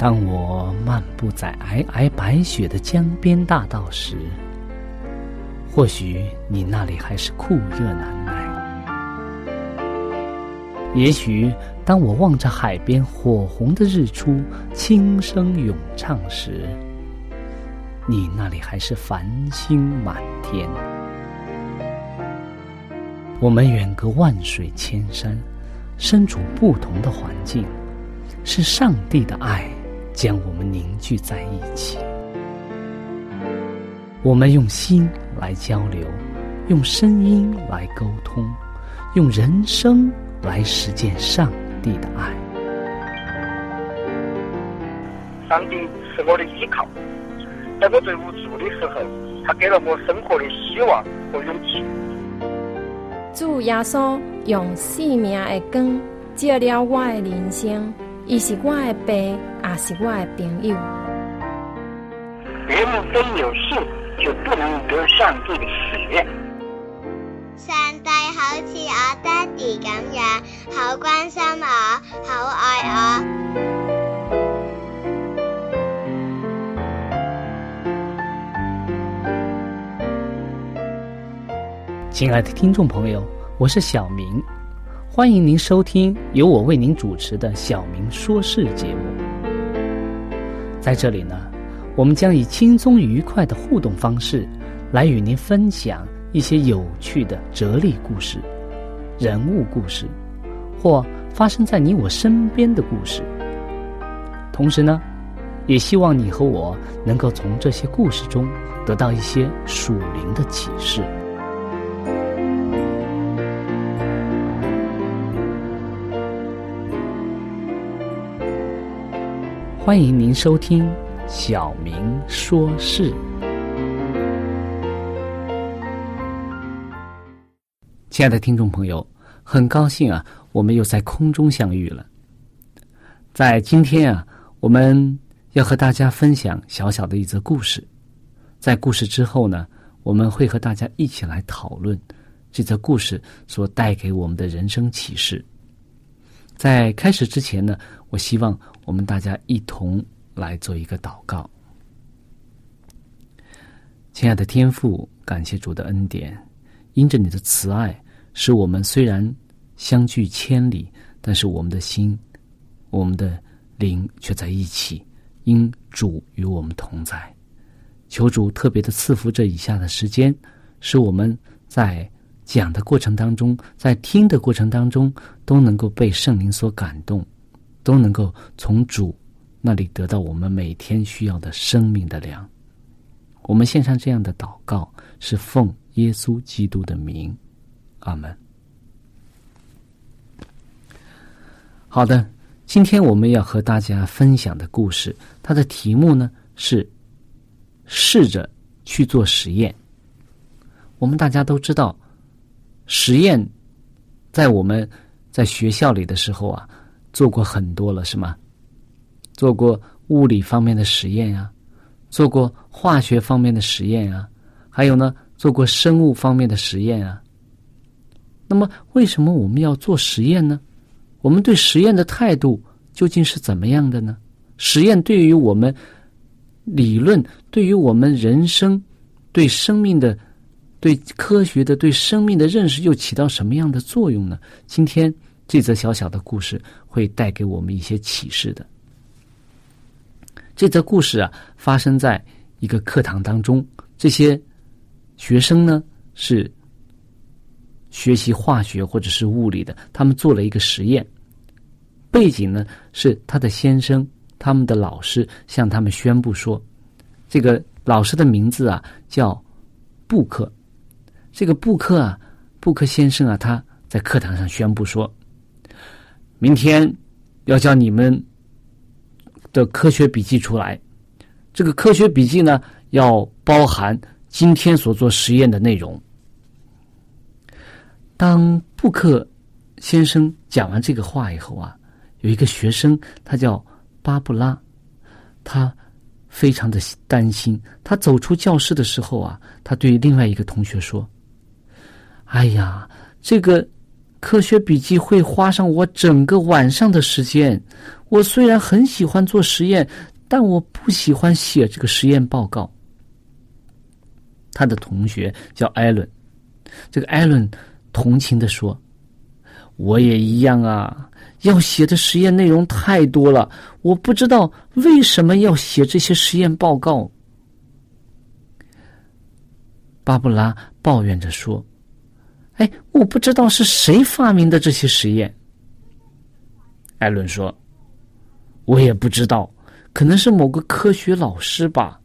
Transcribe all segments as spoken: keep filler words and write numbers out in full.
当我漫步在皑皑白雪的江边大道时，或许你那里还是酷热难耐。也许当我望着海边火红的日出轻声咏唱时，你那里还是繁星满天。我们远隔万水千山，身处不同的环境，是上帝的爱将我们凝聚在一起。我们用心来交流，用声音来沟通，用人生来实践上帝的爱。 上帝是我的依靠，在我最无助的时候，他给了我生活的希望和勇气。 主耶稣用生命的光照了我的人生，伊是我的爸，也是我的朋友。 人们非有信，就不能得上帝的喜悦。 上帝好似我爹哋咁樣，好關心我，好愛我。 亲爱的听众朋友，我是小明，欢迎您收听由我为您主持的小明说事节目。在这里呢，我们将以轻松愉快的互动方式来与您分享一些有趣的哲理故事、人物故事，或发生在你我身边的故事。同时呢，也希望你和我能够从这些故事中得到一些属灵的启示。欢迎您收听小明说事。亲爱的听众朋友，很高兴啊，我们又在空中相遇了。在今天啊，我们要和大家分享小小的一则故事。在故事之后呢，我们会和大家一起来讨论这则故事所带给我们的人生启示。在开始之前呢，我希望我们大家一同来做一个祷告。亲爱的天父，感谢主的恩典，因着你的慈爱，使我们虽然相距千里，但是我们的心，我们的灵却在一起，因主与我们同在。求主特别的赐福这以下的时间，使我们在讲的过程当中，在听的过程当中，都能够被圣灵所感动，都能够从主那里得到我们每天需要的生命的粮。我们献上这样的祷告，是奉耶稣基督的名，阿们。好的，今天我们要和大家分享的故事，它的题目呢是试着去做实验。我们大家都知道，实验在我们在学校里的时候啊，做过很多了，是吗？做过物理方面的实验啊，做过化学方面的实验啊，还有呢，做过生物方面的实验啊。那么为什么我们要做实验呢？我们对实验的态度究竟是怎么样的呢？实验对于我们理论，对于我们人生，对生命的，对科学的，对生命的认识又起到什么样的作用呢？今天这则小小的故事会带给我们一些启示的。这则故事啊，发生在一个课堂当中，这些学生呢是学习化学或者是物理的，他们做了一个实验。背景呢是他的先生，他们的老师向他们宣布说，这个老师的名字啊叫布克。这个布克啊，布克先生啊，他在课堂上宣布说，明天要叫你们的科学笔记出来。这个科学笔记呢，要包含今天所做实验的内容。当布克先生讲完这个话以后啊，有一个学生，他叫巴布拉，他非常的担心。他走出教室的时候啊，他对另外一个同学说，哎呀，这个科学笔记会花上我整个晚上的时间， 我虽然很喜欢做实验，但我不喜欢写这个实验报告。他的同学叫艾伦，这个艾伦同情地说，我也一样啊，要写的实验内容太多了，我不知道为什么要写这些实验报告。巴布拉抱怨着说，哎，我不知道是谁发明的这些实验。艾伦说，我也不知道，可能是某个科学老师吧。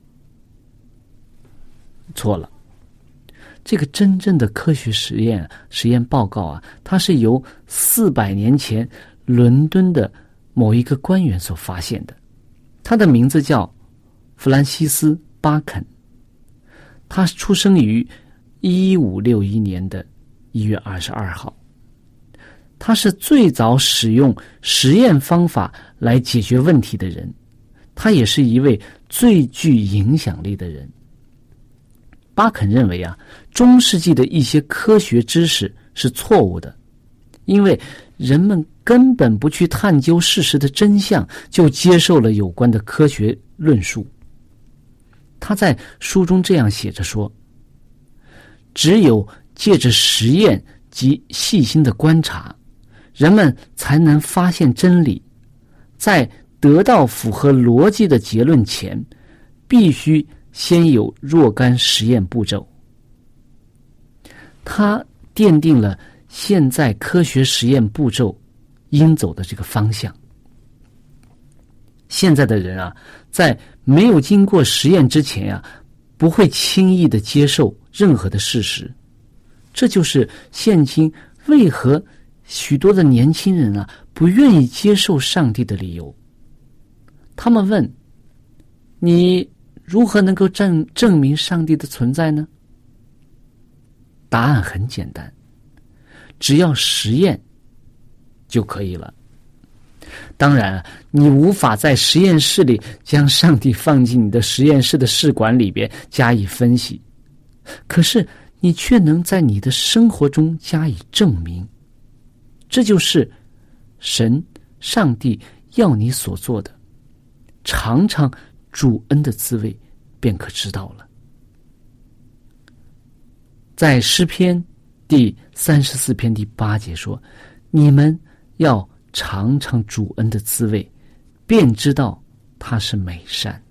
错了，这个真正的科学实验实验报告啊，它是由四百年前伦敦的某一个官员所发现的，他的名字叫弗兰西斯·巴肯，他出生于一五六一年的一月二十二号。他是最早使用实验方法来解决问题的人，他也是一位最具影响力的人。巴肯认为啊，中世纪的一些科学知识是错误的，因为人们根本不去探究事实的真相，就接受了有关的科学论述。他在书中这样写着说，只有借着实验及细心的观察，人们才能发现真理。在得到符合逻辑的结论前，必须先有若干实验步骤。他奠定了现在科学实验步骤应走的这个方向。现在的人啊，在没有经过实验之前啊，不会轻易的接受任何的事实。这就是现今为何许多的年轻人啊，不愿意接受上帝的理由。他们问，你如何能够证证明上帝的存在呢？答案很简单，只要实验就可以了。当然，你无法在实验室里将上帝放进你的实验室的试管里边加以分析，可是你却能在你的生活中加以证明。这就是神上帝要你所做的，尝尝主恩的滋味，便可知道了。在诗篇第三十四篇第八节说，你们要尝尝主恩的滋味，便知道他是美善。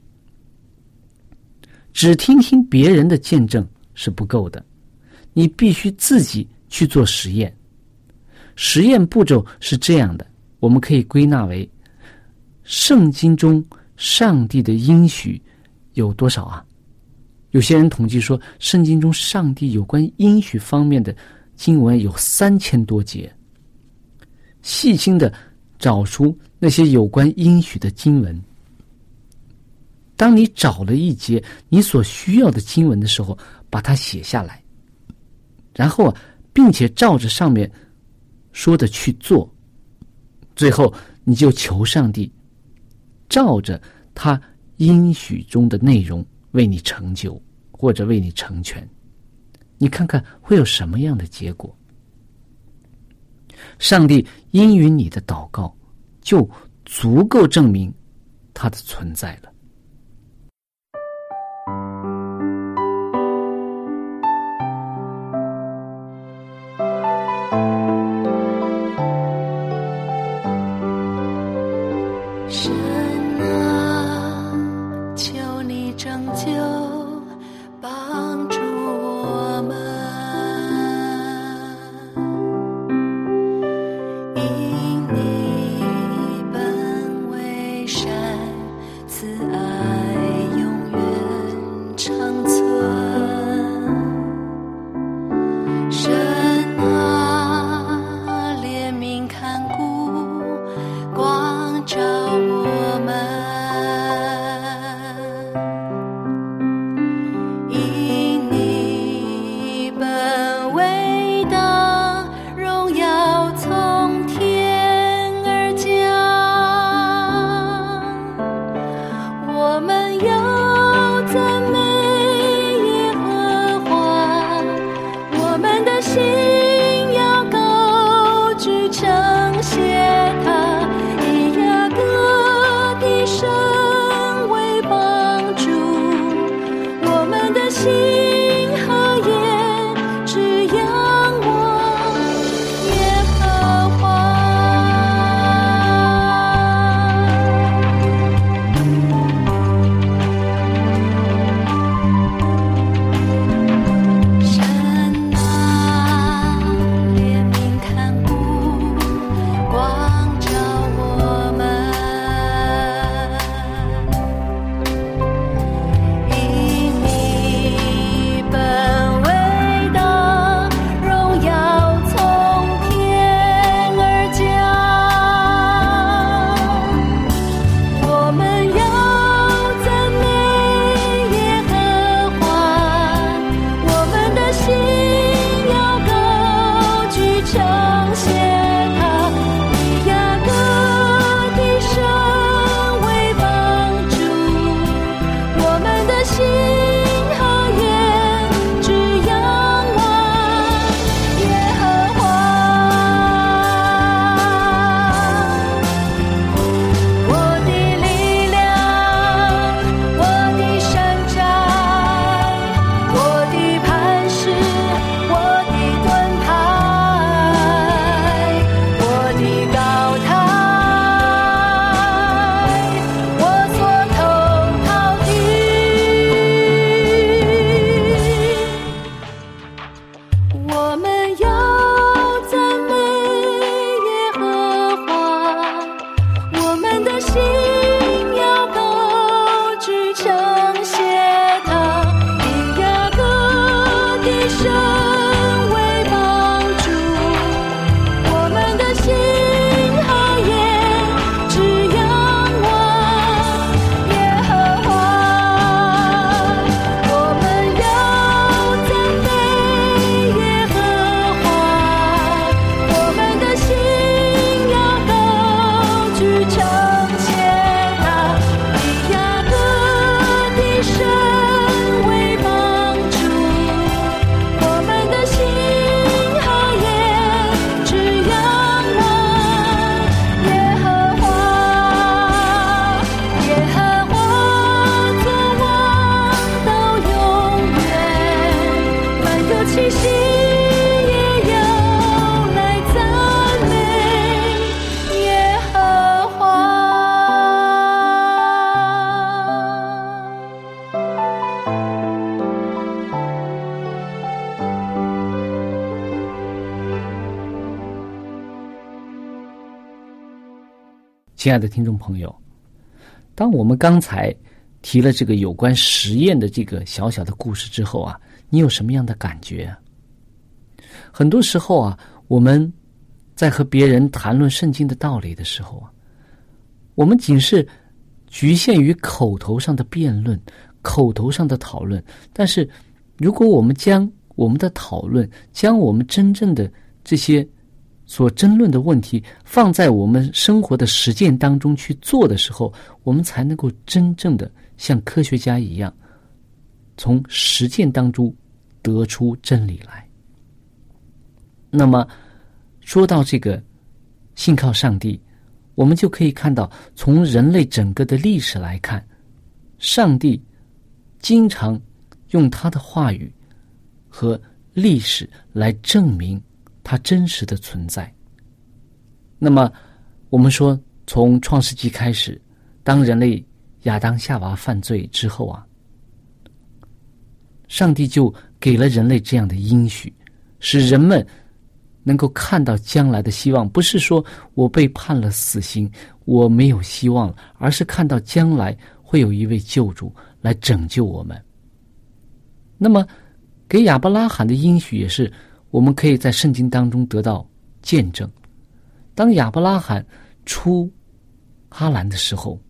只听听别人的见证是不够的，你必须自己去做实验。实验步骤是这样的，我们可以归纳为，圣经中上帝的应许有多少啊？有些人统计说，圣经中上帝有关应许方面的经文有三千多节。细心的找出那些有关应许的经文。当你找了一节你所需要的经文的时候，把它写下来，然后啊，并且照着上面说的去做，最后你就求上帝照着他应许中的内容为你成就，或者为你成全。你看看会有什么样的结果。上帝应允你的祷告，就足够证明他的存在了。 神啊，求你拯救，帮助我们，因你本为善，慈爱亲爱的听众朋友，当我们刚才提了这个有关实验的这个小小的故事之后啊，你有什么样的感觉啊？很多时候啊，我们在和别人谈论圣经的道理的时候啊，我们仅是局限于口头上的辩论，口头上的讨论。但是如果我们将我们的讨论，将我们真正的这些所争论的问题放在我们生活的实践当中去做的时候，我们才能够真正的像科学家一样，从实践当中得出真理来。那么说到这个信靠上帝，我们就可以看到，从人类整个的历史来看，上帝经常用他的话语和历史来证明他真实的存在。那么我们说，从创世纪开始，当人类亚当夏娃犯罪之后啊，上帝就给了人类这样的应许，使人们能够看到将来的希望。不是说我被判了死刑，我没有希望了，而是看到将来会有一位救主来拯救我们。那么给亚伯拉罕的应许也是我们可以在圣经当中得到见证。当亚伯拉罕出哈兰的时候，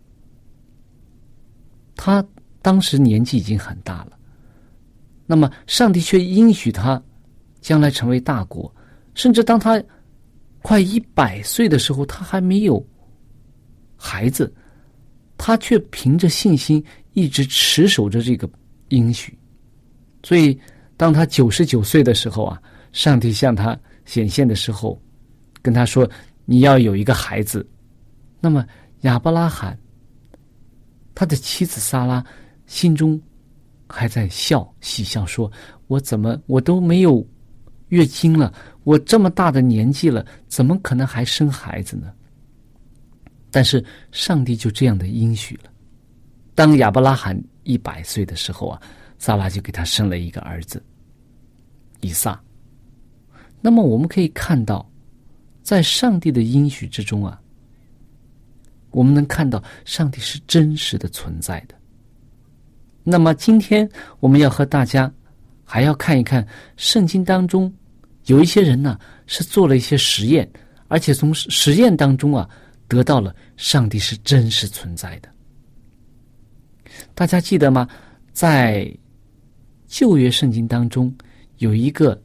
他当时年纪已经很大了，那么上帝却应许他将来成为大国，甚至当他快一百岁的时候，他还没有孩子，他却凭着信心一直持守着这个应许。所以当他九十九岁的时候啊，上帝向他显现的时候，跟他说你要有一个孩子。那么亚伯拉罕他的妻子撒拉心中还在笑，喜笑说，我怎么我都没有月经了，我这么大的年纪了，怎么可能还生孩子呢？但是上帝就这样的应许了。当亚伯拉罕一百岁的时候啊，撒拉就给他生了一个儿子以撒。那么我们可以看到，在上帝的应许之中啊，我们能看到上帝是真实的存在的。那么今天我们要和大家还要看一看圣经当中有一些人呢，是做了一些实验，而且从实验当中啊，得到了上帝是真实存在的。大家记得吗？在旧约圣经当中有一个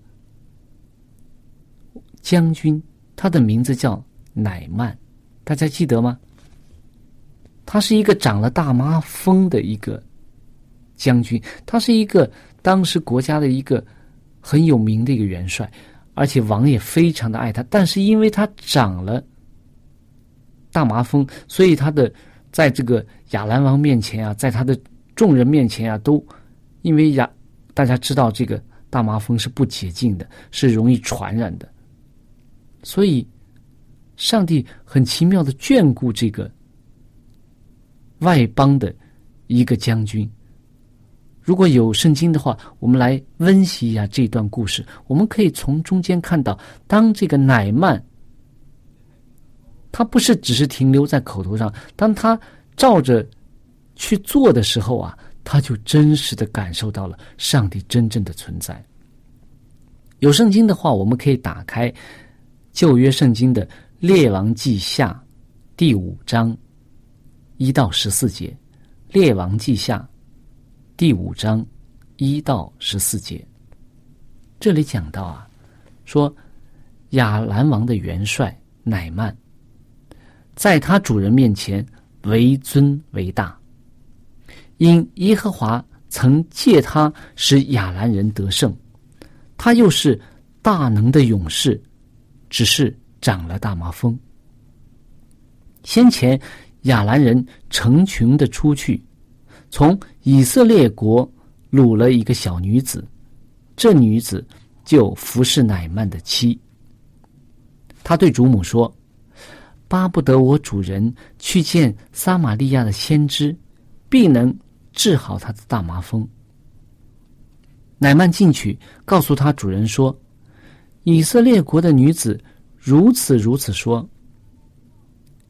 将军，他的名字叫乃曼，大家记得吗？他是一个长了大麻风的一个将军，他是一个当时国家的一个很有名的一个元帅，而且王也非常的爱他。但是因为他长了大麻风，所以他的在这个亚兰王面前啊，在他的众人面前啊，都因为亚大家知道这个大麻风是不洁净的，是容易传染的，所以上帝很奇妙的眷顾这个外邦的一个将军。如果有圣经的话，我们来温习一下这段故事，我们可以从中间看到，当这个乃曼他不是只是停留在口头上，当他照着去做的时候啊，他就真实的感受到了上帝真正的存在。有圣经的话，我们可以打开旧约圣经的列王记下第五章一到十四节。列王记下第五章一到十四节，这里讲到啊，说亚兰王的元帅乃曼在他主人面前为尊为大，因耶和华曾借他使亚兰人得胜，他又是大能的勇士，只是长了大麻风。先前亚兰人成群的出去，从以色列国掳了一个小女子，这女子就服侍乃曼的妻。他对主母说，巴不得我主人去见撒玛利亚的先知，必能治好他的大麻风。乃曼进去告诉他主人说，以色列国的女子如此如此说。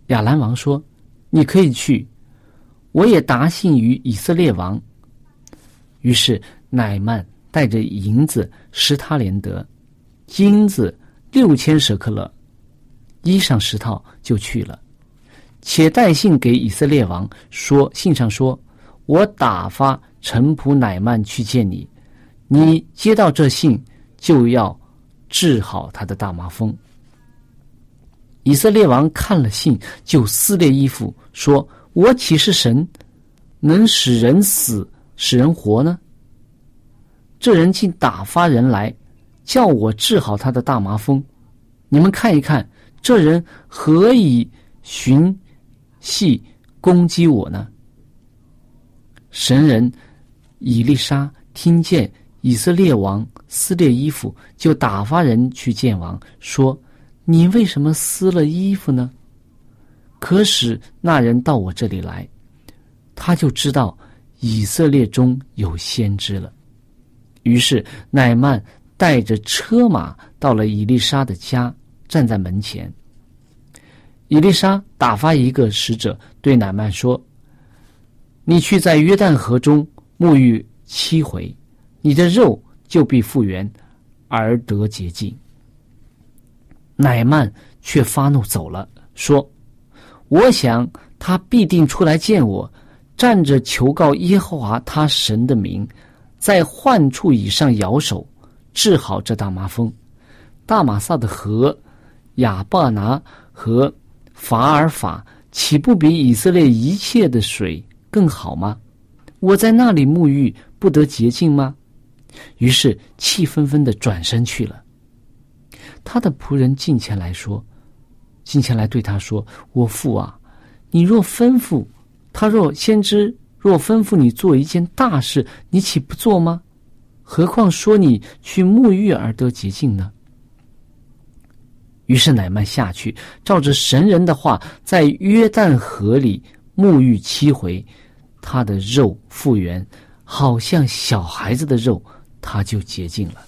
亚兰王说：“你可以去，我也答信于以色列王。”于是乃曼带着银子十他连得，金子六千舍克勒，衣裳十套就去了，且带信给以色列王说，信上说：“我打发臣仆乃曼去见你，你接到这信，就要治好他的大麻风。”以色列王看了信，就撕裂衣服，说：“我岂是神，能使人死，使人活呢？这人竟打发人来，叫我治好他的大麻风。你们看一看，这人何以寻隙攻击我呢？”神人以利沙听见以色列王撕裂衣服，就打发人去见王，说：“你为什么撕了衣服呢？可使那人到我这里来，他就知道以色列中有先知了。”于是乃曼带着车马到了以利沙的家，站在门前。以利沙打发一个使者对乃曼说：“你去在约旦河中沐浴七回，你的肉就必复原，而得洁净。”乃曼却发怒走了，说：“我想他必定出来见我，站着求告耶和华他神的名，在患处以上摇手，治好这大麻风。大马撒的河、亚巴拿和法尔法，岂不比以色列一切的水更好吗？我在那里沐浴，不得洁净吗？”于是气愤愤地转身去了。他的仆人近前来说，近前来对他说：“我父啊，你若吩咐他，若先知若吩咐你做一件大事，你岂不做吗？何况说你去沐浴而得洁净呢？”于是乃曼下去，照着神人的话，在约旦河里沐浴七回，他的肉复原，好像小孩子的肉，他就洁净了。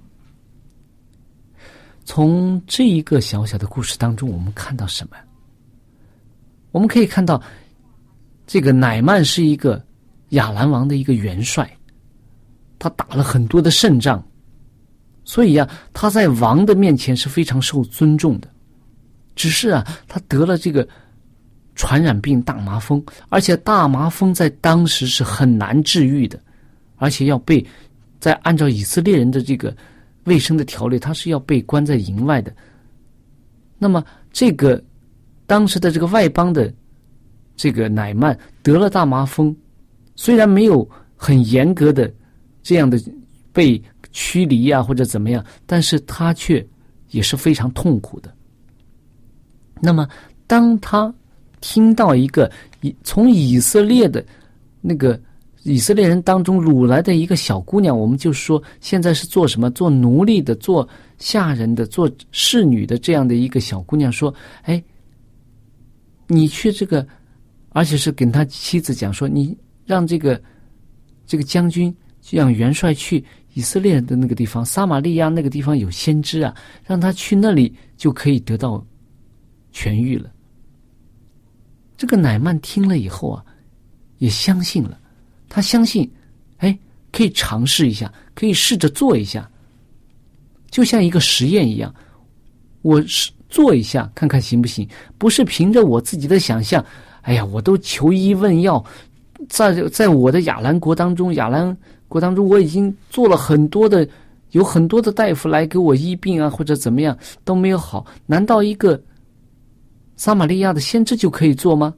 从这一个小小的故事当中，我们看到什么？我们可以看到，这个乃曼是一个亚兰王的一个元帅，他打了很多的胜仗，所以啊，他在王的面前是非常受尊重的。只是啊，他得了这个传染病大麻风，而且大麻风在当时是很难治愈的，而且要被在按照以色列人的这个卫生的条例，他是要被关在营外的。那么这个当时的这个外邦的这个乃曼得了大麻风，虽然没有很严格的这样的被驱离啊或者怎么样，但是他却也是非常痛苦的。那么当他听到一个从以色列的那个以色列人当中掳来的一个小姑娘，我们就说现在是做什么，做奴隶的，做下人的，做侍女的，这样的一个小姑娘说：“哎，你去这个，而且是跟他妻子讲说，你让这个这个将军让元帅去以色列的那个地方，撒玛利亚那个地方有先知啊，让他去那里就可以得到痊愈了。”这个乃曼听了以后啊，也相信了。他相信，哎，可以尝试一下，可以试着做一下，就像一个实验一样，我做一下看看行不行，不是凭着我自己的想象，哎呀，我都求医问药，在在我的亚兰国当中，亚兰国当中，我已经做了很多的，有很多的大夫来给我医病啊，或者怎么样都没有好，难道一个撒玛利亚的先知就可以做吗？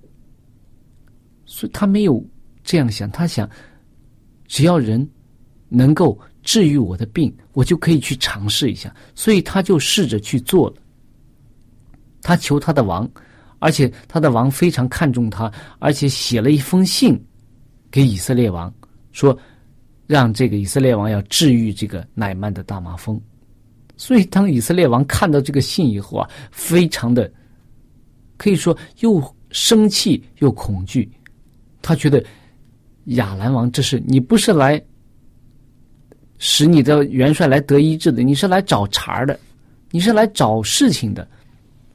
所以他没有这样想，他想只要人能够治愈我的病，我就可以去尝试一下，所以他就试着去做了。他求他的王，而且他的王非常看重他，而且写了一封信给以色列王，说让这个以色列王要治愈这个乃曼的大麻风。所以当以色列王看到这个信以后啊，非常的可以说又生气又恐惧，他觉得亚兰王，这是你不是来使你的元帅来得医治的，你是来找茬的，你是来找事情的。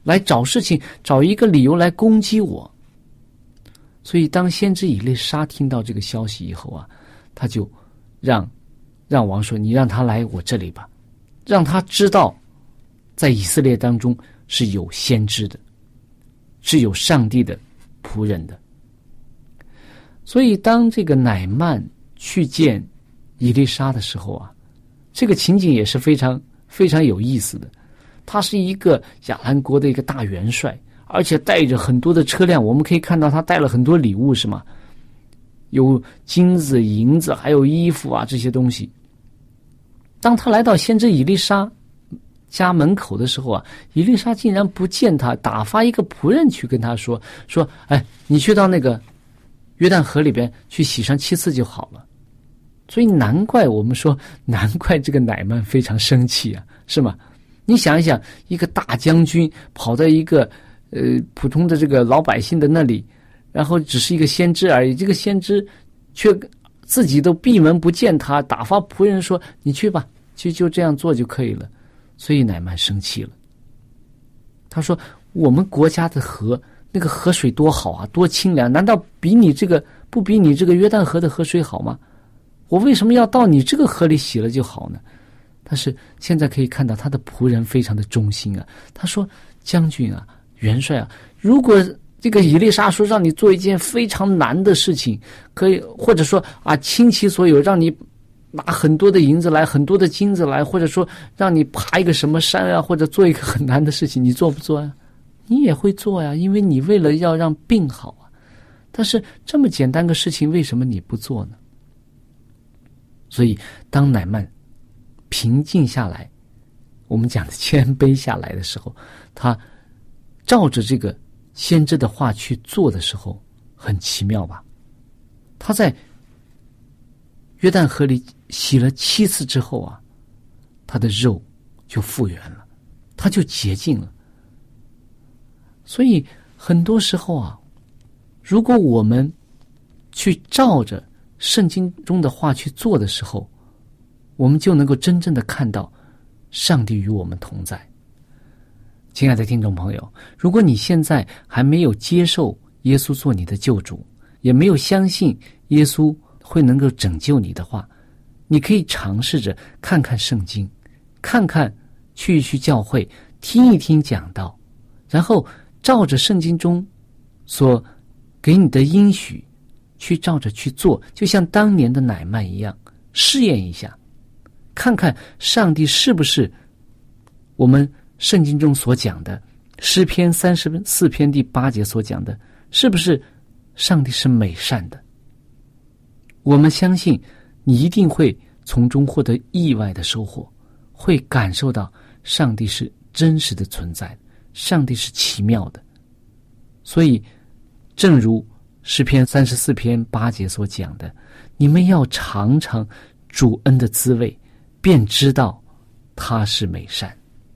来找事情，找一个理由来攻击我。所以当先知以利沙听到这个消息以后啊，他就让让王说，你让他来我这里吧，让他知道在以色列当中是有先知的，是有上帝的仆人的。所以当这个乃縵去见以利沙的时候啊，这个情景也是非常非常有意思的。他是一个亚兰国的一个大元帅，而且带着很多的车辆，我们可以看到他带了很多礼物，是吗？有金子、银子，还有衣服啊，这些东西。当他来到先知以利沙家门口的时候啊，以利沙竟然不见他，打发一个仆人去跟他说说，哎，你去到那个约旦河里边去洗上七次就好了。所以难怪我们说，难怪这个乃縵非常生气啊，是吗？你想一想，一个大将军跑到一个呃普通的这个老百姓的那里，然后只是一个先知而已，这个先知却自己都闭门不见他，打发仆人说你去吧，去就这样做就可以了。所以乃縵生气了，他说我们国家的河，那个河水多好啊，多清凉，难道比你这个不比你这个约旦河的河水好吗？我为什么要到你这个河里洗了就好呢？但是现在可以看到他的仆人非常的忠心啊，他说将军啊，元帅啊，如果这个以利沙说让你做一件非常难的事情，可以或者说啊倾其所有，让你拿很多的银子来，很多的金子来，或者说让你爬一个什么山啊，或者做一个很难的事情，你做不做呀？你也会做呀，因为你为了要让病好啊。但是这么简单个事情，为什么你不做呢？所以当乃縵平静下来，我们讲的谦卑下来的时候，他照着这个先知的话去做的时候，很奇妙吧？他在约旦河里洗了七次之后啊，他的肉就复原了，他就洁净了。所以很多时候啊，如果我们去照着圣经中的话去做的时候，我们就能够真正的看到上帝与我们同在。亲爱的听众朋友，如果你现在还没有接受耶稣做你的救主，也没有相信耶稣会能够拯救你的话，你可以尝试着看看圣经，看看去一去教会，听一听讲道，然后照着圣经中所给你的应许去照着去做，就像当年的乃縵一样，试验一下，看看上帝是不是我们圣经中所讲的诗篇三十四篇第八节所讲的，是不是上帝是美善的。我们相信你一定会从中获得意外的收获，会感受到上帝是真实的存在，上帝是奇妙的。所以正如诗篇三十四篇八节所讲的，你们要尝尝主恩的滋味，便知道他是美善。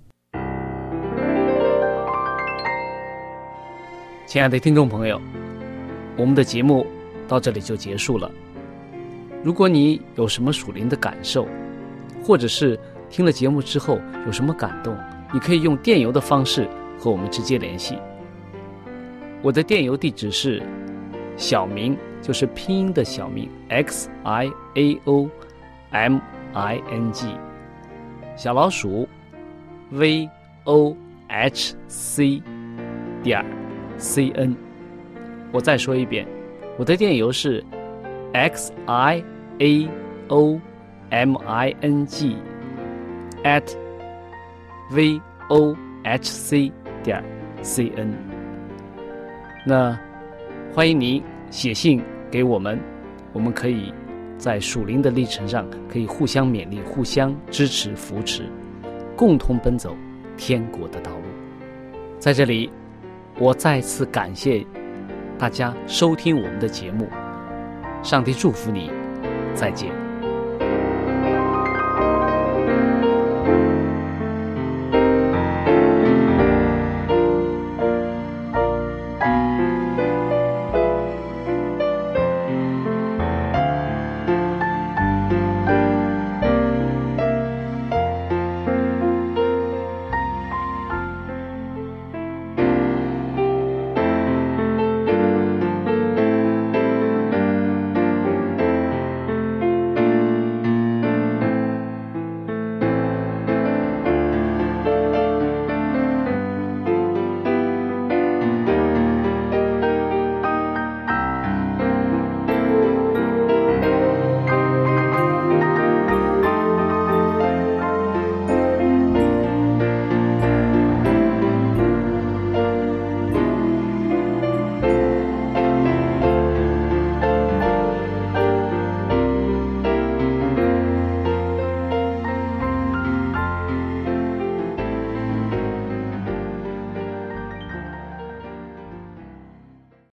亲爱的听众朋友，我们的节目到这里就结束了。如果你有什么属灵的感受，或者是听了节目之后有什么感动，你可以用电邮的方式和我们直接联系。我的电邮地址是小明，就是拼音的小明 X I A O M I N G 小老鼠 V O H C 点 C N。 我再说一遍，我的电邮是 X I A O M I N G at V O H C 点 C N。 那欢迎你写信给我们，我们可以在属灵的历程上可以互相勉励，互相支持扶持，共同奔走天国的道路。在这里我再次感谢大家收听我们的节目，上帝祝福你，再见。